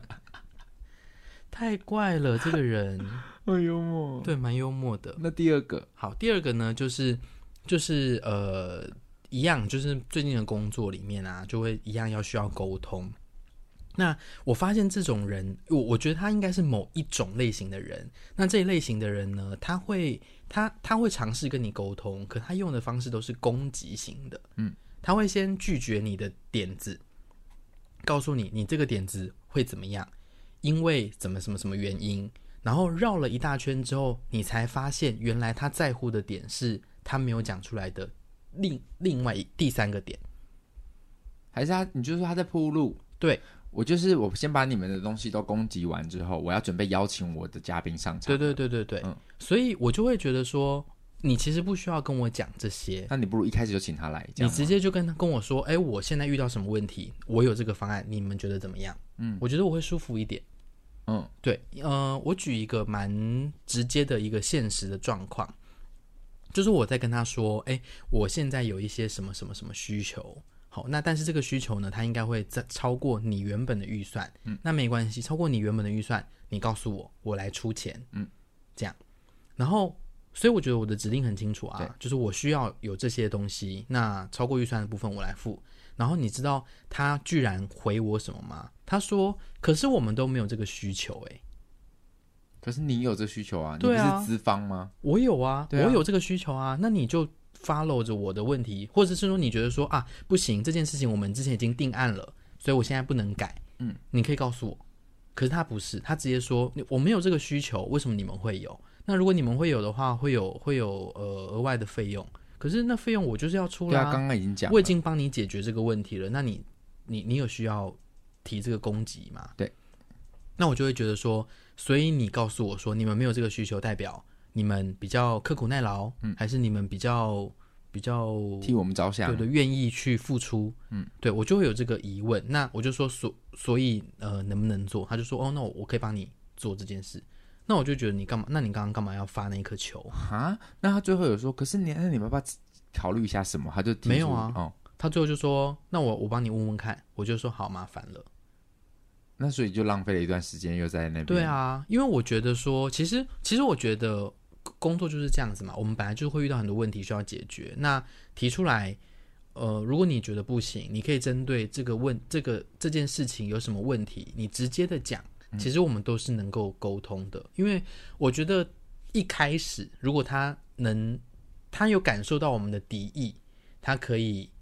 太怪了这个人， 很幽默， 对，蛮幽默的。 那第二个， 好，第二个呢就是就是呃一样，就是最近的工作里面啊，就会一样要需要沟通。那我发现这种人，我我觉得他应该是某一种类型的人。那这一类型的人呢，他会他他会尝试跟你沟通，可他用的方式都是攻击型的。嗯，他会先拒绝你的点子，告诉你你这个点子会怎么样，因为怎么什么什么原因，然后绕了一大圈之后，你才发现原来他在乎的点是他没有讲出来的另另外第三个点， 还是他你就说他在铺路？ 对。 我就是我先把你们的东西都攻击完之后，我要准备邀请我的嘉宾上场。 对对对对对，嗯，所以我就会觉得说，你其实不需要跟我讲这些， 那你不如一开始就请他来， 你直接就跟他跟我说，哎，我现在遇到什么问题，我有这个方案，你们觉得怎么样？嗯，我觉得我会舒服一点。嗯，对，呃，我举一个蛮直接的一个现实的状况，就是我在跟他说，哎，我现在有一些什么什么什么需求。好，那但是这个需求呢，它应该会在超过你原本的预算，嗯，那没关系，超过你原本的预算，你告诉我，我来出钱，嗯，这样，然后，所以我觉得我的指令很清楚啊，就是我需要有这些东西，那超过预算的部分我来付，然后你知道他居然回我什么吗？他说，可是我们都没有这个需求、欸，哎， 可是你有这需求啊，对啊，你不是资方吗？ 我有啊，啊我有这个需求啊，那你就。follow 着我的问题，或者是说你觉得说啊不行，这件事情我们之前已经定案了，所以我现在不能改。嗯，你可以告诉我。可是他不是，他直接说我没有这个需求，为什么你们会有？那如果你们会有的话，会有会有呃额外的费用。可是那费用我就是要出来、啊。 对啊，刚刚已经讲了， 我已经帮你解决这个问题了。那你你你有需要提这个攻击吗？ 对。 那我就会觉得说，所以你告诉我说你们没有这个需求，代表。你们比较刻苦耐劳，嗯，还是你们比较比较替我们着想， 对对，愿意去付出，嗯，对我就会有这个疑问。那我就说，所所以呃，能不能做？他就说，哦，那我我可以帮你做这件事。那我就觉得你干嘛？那你刚刚干嘛要发那一颗球啊？那他最后有说，可是你那你们要不要考虑一下什么？他就提出没有啊， 哦， 他最后就说，那我我帮你问问看。我就说好，麻烦了。 那所以就浪费了一段时间，又在那边。 对啊，因为我觉得说，其实其实我觉得。工作就是这样子嘛，我们本来就会遇到很多问题需要解决。那提出来，呃，如果你觉得不行，你可以针对这个问这个这件事情有什么问题，你直接的讲。其实我们都是能够沟通的，因为我觉得一开始如果他能，他有感受到我们的敌意，他可以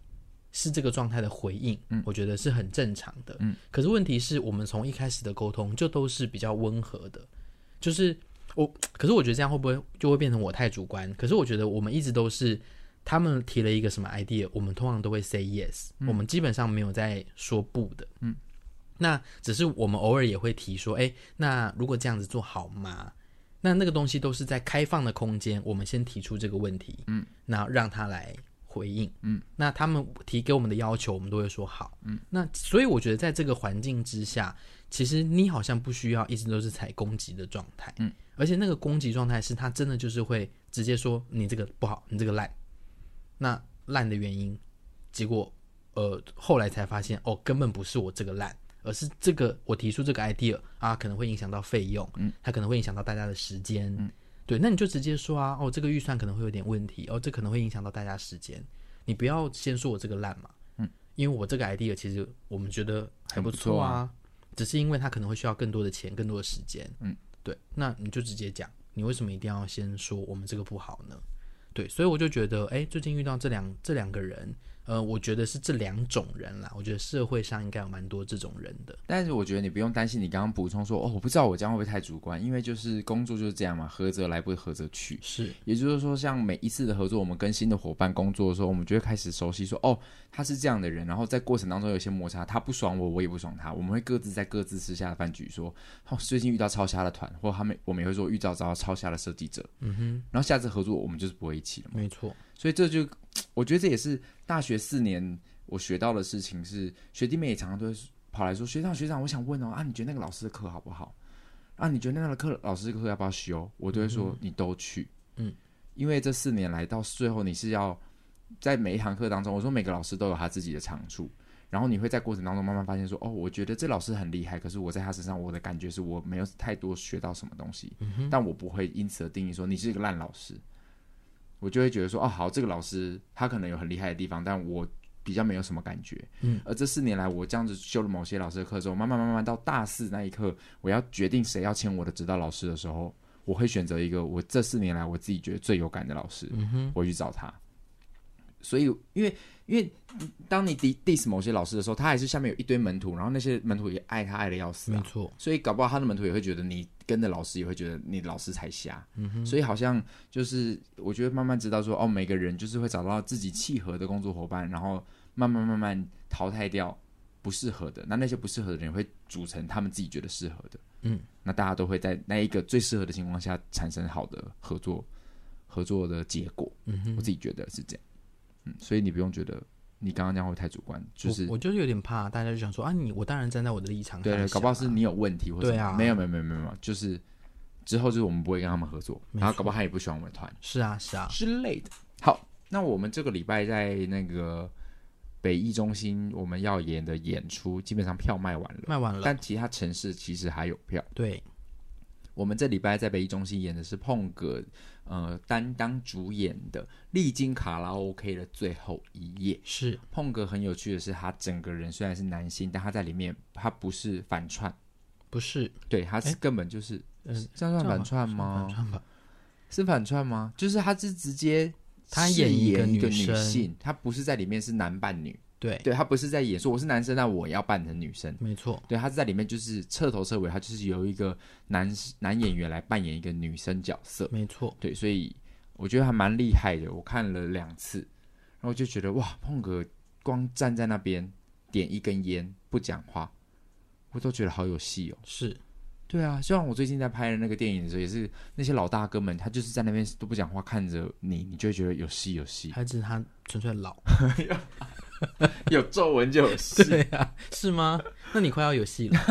是这个状态的回应，嗯，我觉得是很正常的， 嗯。 可是问题是我们从一开始的沟通就都是比较温和的，就是我，可是我觉得这样会不会就会变成我太主观？可是我觉得我们一直都是，他们提了一个什么 idea， 我们通常都会 say yes，嗯，我们基本上没有在说不的，嗯。那只是我们偶尔也会提说，哎，那如果这样子做好吗？那那个东西都是在开放的空间，我们先提出这个问题，嗯，那让他来回应，嗯，那他们提给我们的要求，我们都会说好，嗯，那所以我觉得在这个环境之下，其实你好像不需要一直都是采攻击的状态，嗯，而且那个攻击状态是他真的就是会直接说你这个不好，你这个烂，那烂的原因，结果呃后来才发现哦，根本不是我这个烂。而是这个我提出这个 idea 啊，可能会影响到费用，嗯，它可能会影响到大家的时间，嗯，对，那你就直接说啊，哦，这个预算可能会有点问题，哦，这可能会影响到大家时间，你不要先说我这个烂嘛，嗯，因为我这个 idea 其实我们觉得还不错啊，啊只是因为它可能会需要更多的钱、更多的时间，嗯，对，那你就直接讲，你为什么一定要先说我们这个不好呢？对，所以我就觉得，哎，最近遇到这两这两个人。呃，我觉得是这两种人啦。我觉得社会上应该有蛮多这种人的。 但是我觉得你不用担心，你刚刚补充说，哦，我不知道我这样会不会太主观，因为就是工作就是这样嘛，合则来，不合则去。 是， 也就是说，像每一次的合作，我们跟新的伙伴工作的时候，我们就会开始熟悉说，哦，他是这样的人，然后在过程当中有一些摩擦，他不爽我，我也不爽他，我们会各自在各自私下的饭局说，哦，最近遇到超瞎的团，或他们我们也会说遇到找到超瞎的设计者，嗯哼，然后下次合作我们就是不会一起了嘛。 没错， 所以这就我觉得这也是大学四年。我学到的事情是，学弟妹也常常都会跑来说：“学长，学长，我想问哦，啊，你觉得那个老师的课好不好？啊，你觉得那个课老师的课要不要修？”我都会说：“你都去。”嗯，因为这四年来到最后，你是要在每一堂课当中，我说每个老师都有他自己的长处，然后你会在过程当中慢慢发现说：“哦，我觉得这老师很厉害，可是我在他身上，我的感觉是我没有太多学到什么东西，嗯、但我不会因此而定义说你是一个烂老师。”我就会觉得说：“哦，好，这个老师他可能有很厉害的地方，但我。”比较没有什么感觉，嗯，而这四年来，我这样子修了某些老师的课之后，慢慢慢慢到大四那一刻，我要决定谁要签我的指导老师的时候，我会选择一个我这四年来我自己觉得最有感的老师，嗯哼，我去找他。所以，因为因为当你 diss 某些老师的时候，他还是下面有一堆门徒，然后那些门徒也爱他爱的要死、啊， 没错。 所以搞不好他的门徒也会觉得你跟的老师也会觉得你的老师才瞎，嗯哼。所以好像就是我觉得慢慢知道说，哦，每个人就是会找到自己契合的工作伙伴，然后。慢慢慢慢淘汰掉不适合的，那那些不适合的人会组成他们自己觉得适合的，嗯，那大家都会在那一个最适合的情况下产生好的合作合作的结果，嗯哼，我自己觉得是这样，嗯，所以你不用觉得你刚刚这样会太主观，就是我, 我就是有点怕大家就想说啊，你我当然站在我的立场看、啊， 对，搞不好是你有问题或者对啊， 没有没有没有没有，就是之后就是我们不会跟他们合作，然后搞不好他也不喜欢我们的团， 是啊是啊之类的。好，那我们这个礼拜在那个。北艺中心我们要演的演出基本上票卖完了， 卖完了， 但其他城市其实还有票。 对， 我们这礼拜在北艺中心演的是碰哥呃担当主演的《历经卡拉 OK 的最后一夜》。 是碰哥很有趣的是，他整个人虽然是男性，但他在里面他不是反串， 不是， 对，他是根本就是，嗯，这样算反串吗？ 反串吧， 是反串吗？就是他是直接。 他演一个女性，他不是在里面是男扮女， 对对，他不是在演说我是男生，那我要扮成女生， 没错， 对，他是在里面就是彻头彻尾，他就是由一个男男演员来扮演一个女生角色， 没错， 对，所以我觉得还蛮厉害的，我看了两次，然后就觉得哇，碰哥光站在那边点一根烟不讲话，我都觉得好有戏哦， 是。 对啊，像我最近在拍的那个电影的时候，也是那些老大哥们，他就是在那边都不讲话，看着你，你就会觉得有戏有戏。 还是他纯粹老， 有皱纹就有戏。 对啊，是吗？那你快要有戏了。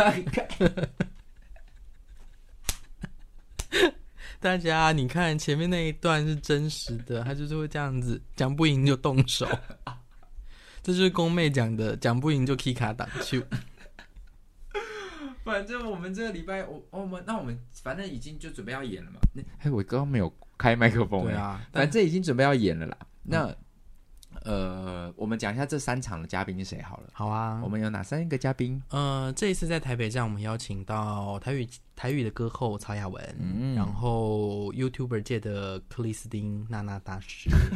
大家，你看前面那一段是真实的，他就是会这样子，讲不赢就动手。这就是宫妹讲的，讲不赢就 K 卡挡球。 反正我们这个礼拜，我我们那我们反正已经就准备要演了嘛。哎，我刚刚没有开麦克风。 对啊， 反正已经准备要演了啦。那、嗯、呃，我们讲一下这三场的嘉宾是谁好了。 好啊， 我们有哪三个嘉宾？ 呃，这一次在台北站，我们邀请到台语台语的歌后曹雅雯，嗯、然后 YouTuber 界的克里斯汀娜娜大师，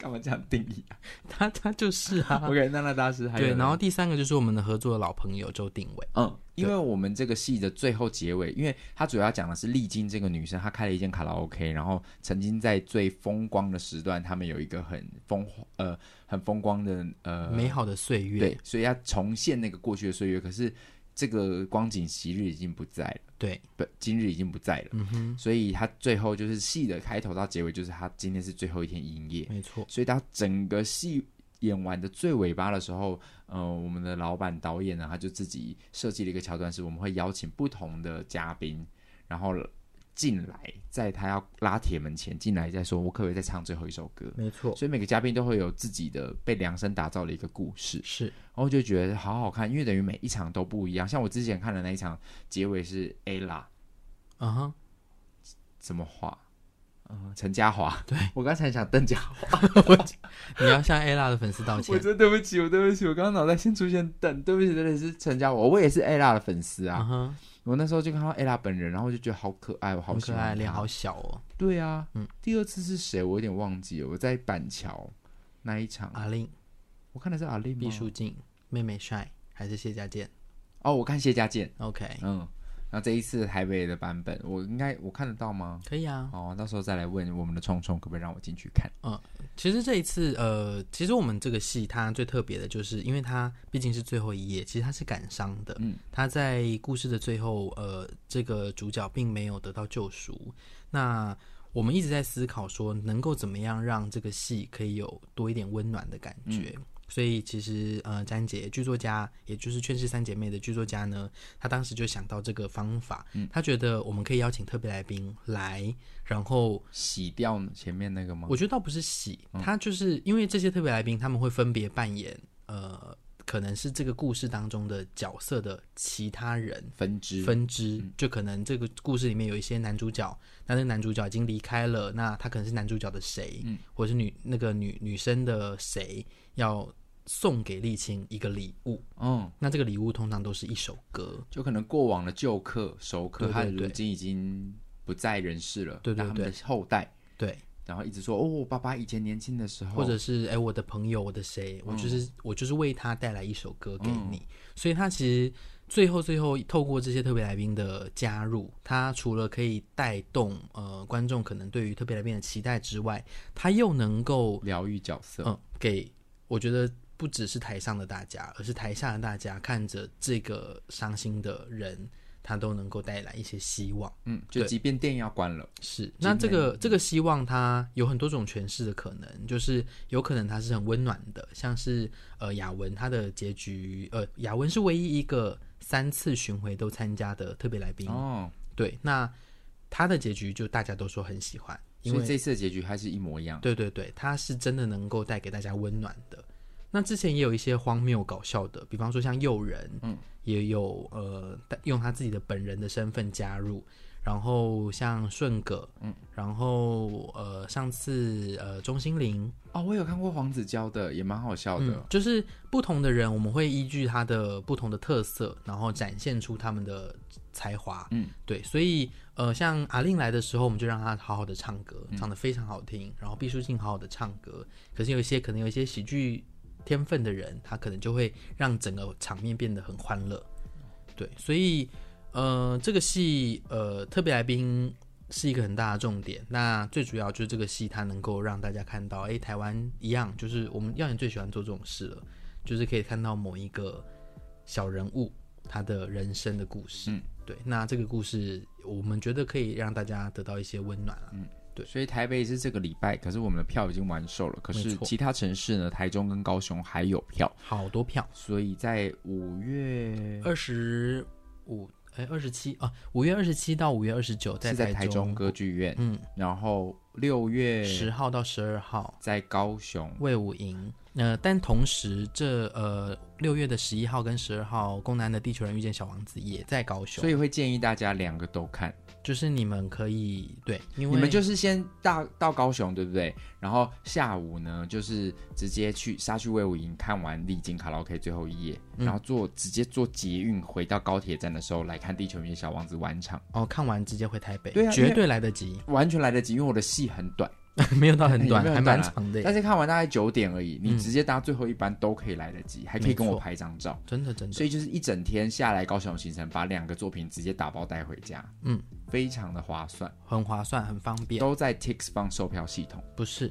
干嘛这样定义啊？ 他他就是啊。 OK， 娜娜大师还有对，然后第三个就是我们的合作的老朋友周定伟。 嗯，因为我们这个戏的最后结尾，因为他主要讲的是历经这个女生，她开了一间卡拉 OK， 然后曾经在最风光的时段，他们有一个很风呃很风光的呃美好的岁月。 对，所以要重现那个过去的岁月，可是这个光景昔日已经不在了。 对， 不，今日已经不在了。嗯哼，所以他最后就是戏的开头到结尾，就是他今天是最后一天营业， 没错。 所以到整个戏演完的最尾巴的时候，呃，我们的老板导演呢，他就自己设计了一个桥段，是我们会邀请不同的嘉宾，然后进来，在他要拉铁门前进来，再说我可不可以再唱最后一首歌？ 没错。 所以每个嘉宾都会有自己的被量身打造的一个故事， 是， 然后就觉得好好看，因为等于每一场都不一样。像我之前看的那一场，结尾是 Ella。 嗯哼， 怎么画？嗯，陈嘉华。 对， 我刚才想邓家华。 你要向 Ella 的粉丝道歉。 我真对不起，我对不起，我刚刚脑袋先出现邓，对不起，真的是陈嘉华，我也是 Ella 的粉丝啊。Uh-huh. 我那时候就看到 Ella 本人，然后就觉得好可爱，我好喜欢她， 很可爱，脸好小哦。 对啊，嗯，第二次是谁？我有点忘记了。我在板桥那一场， 阿令， 我看的是阿令吗？ 毕书尽、妹妹帅还是谢家健？ 哦，我看谢家健。 OK， 嗯。那这一次台北的版本，我应该我看得到吗？ 可以啊。 哦，到时候再来问我们的冲冲，可不可以让我进去看？ 嗯，其实这一次，呃，其实我们这个戏它最特别的就是，因为它毕竟是最后一页，其实它是感伤的。嗯，它在故事的最后，呃，这个主角并没有得到救赎。那我们一直在思考说，能够怎么样让这个戏可以有多一点温暖的感觉。嗯，所以其实呃，詹姐剧作家，也就是《劝世三姐妹》的剧作家呢，他当时就想到这个方法，嗯，他觉得我们可以邀请特别来宾来，然后洗掉前面那个吗？ 我觉得倒不是洗，他就是因为这些特别来宾他们会分别扮演呃，可能是这个故事当中的角色的其他人分支分支、嗯，就可能这个故事里面有一些男主角，那那个男主角已经离开了，那他可能是男主角的谁，嗯，或者是女那个女女生的谁要送给立青一个礼物，嗯，那这个礼物通常都是一首歌， 就可能过往的旧客、熟客，他如今已经不在人世了， 对对对， 他们的后代， 对， 然后一直说哦，我爸爸以前年轻的时候， 或者是哎，我的朋友，我的谁，我就是、嗯、我就是为他带来一首歌给你，嗯、所以他其实最后最后透过这些特别来宾的加入，他除了可以带动呃观众可能对于特别来宾的期待之外，他又能够疗愈角色， 嗯，给我觉得。不只是台上的大家，而是台下的大家看着这个伤心的人，他都能够带来一些希望。 嗯，就即便电影要关了， 是那这个这个希望，它有很多种诠释的可能，就是有可能它是很温暖的，像是呃雅文他的结局，呃雅文是唯一一个三次巡回都参加的特别来宾哦。对，那他的结局就大家都说很喜欢，因为所以这次的结局还是一模一样。 对对对，他是真的能够带给大家温暖的。那之前也有一些荒谬搞笑的，比方说像诱人，嗯，也有呃用他自己的本人的身份加入，然后像顺葛，嗯，然后呃上次呃钟欣凌， 哦，我有看过黄子佼的，也蛮好笑的、嗯， 就是不同的人，我们会依据他的不同的特色，然后展现出他们的才华，嗯，对，所以呃像阿令来的时候，我们就让他好好的唱歌，唱得非常好听，然后毕书尽好好的唱歌，可是有一些可能有一些喜剧天分的人，他可能就会让整个场面变得很欢乐。对，所以呃，这个戏呃，特别来宾是一个很大的重点。那最主要就是这个戏，它能够让大家看到，哎，台湾一样，就是我们耀眼最喜欢做这种事了，就是可以看到某一个小人物他的人生的故事。嗯，对，那这个故事我们觉得可以让大家得到一些温暖了。嗯。对， 所以台北是这个礼拜，可是我们的票已经完售了。可是其他城市呢，台中跟高雄还有票， 好多票。 所以在五月二十五，哎，二十七啊，五月二十七到五月二十九， 是在台中歌剧院。嗯，然后六月十号到十二号在高雄卫武营。呃，但同时这呃六月的十一号跟十二号，宫南的《地球人遇见小王子》也在高雄， 所以会建议大家两个都看。 就是你们可以对，因为你们就是先到到高雄，对不对？然后下午呢，就是直接去杀去卫武营看完丽晶卡拉 OK 最后一夜，嗯、然后坐直接坐捷运回到高铁站的时候来看《地球人遇见小王子》晚场。 哦，看完直接回台北， 对啊， 绝对来得及， 完全来得及，因为我的戏很短。 没有到很短， 也没有还很短啊蛮长的耶。 但是看完大概九点而已，你嗯直接搭最后一班都可以来得及，还可以跟我没错拍张照。 真的真的， 所以就是一整天下来高雄行程，把两个作品直接打包带回家， 嗯， 非常的划算， 很划算，很方便。 都在 TixFun 售票系统。 不是，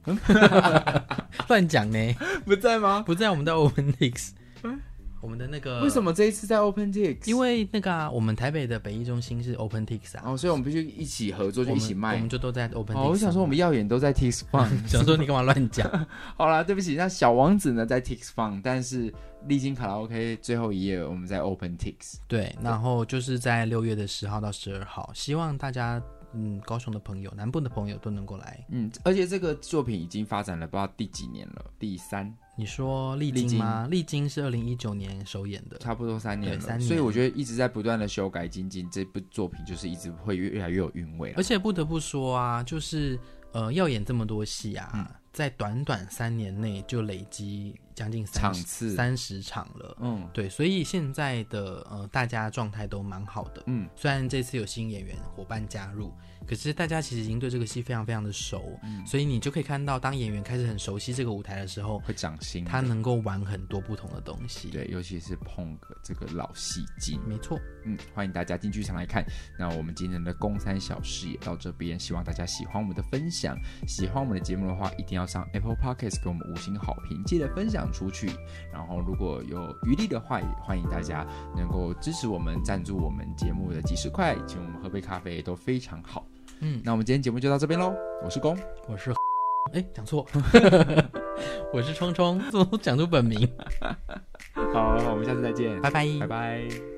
乱讲呢， 不在吗？ 不在我们的 OpenTix，我们的那个为什么这一次在 OpenTix？ 因为那个啊，我们台北的北艺中心是 OpenTix 啊， 哦，所以我们必须一起合作，就一起卖。 我们就都在 OpenTix。 哦，我想说我们耀眼都在 TixFun， 想说你干嘛乱讲？ 好啦，对不起。那小王子呢在 TixFun， 但是丽晶卡拉 OK 最后一页我们在 OpenTix。 对，然后就是在六月的十号到十二号，希望大家嗯，高雄的朋友、南部的朋友都能够来。 嗯，而且这个作品已经发展了不知道第几年了，第三。 你说丽晶吗？丽晶是二零一九年首演的， 差不多三年了， 三年。 所以我觉得一直在不断的修改精进，这部作品就是一直会越来越有韵味了。 而且不得不说啊，就是呃，要演这么多戏啊， 嗯、 在短短三年内就累积将近场次三十场了。 嗯， 对，所以现在的呃大家状态都蛮好的。 嗯， 虽然这次有新演员伙伴加入，可是大家其实已经对这个戏非常非常的熟，嗯、所以你就可以看到，当演员开始很熟悉这个舞台的时候， 会长心， 他能够玩很多不同的东西。 对，尤其是碰个这个老戏精。 没错， 嗯，欢迎大家进剧场来看。那我们今天的公三小事也到这边，希望大家喜欢我们的分享。喜欢我们的节目的话，一定要上 Apple Podcast 给我们五星好评，记得分享出去。然后如果有余力的话，也欢迎大家能够支持我们，赞助我们节目的几十块，请我们喝杯咖啡都非常好。嗯，那我们今天节目就到这边咯。我是公， 我是哎讲错，我是冲冲，怎么讲出本名？ 好，我们下次再见， 拜拜， 拜拜。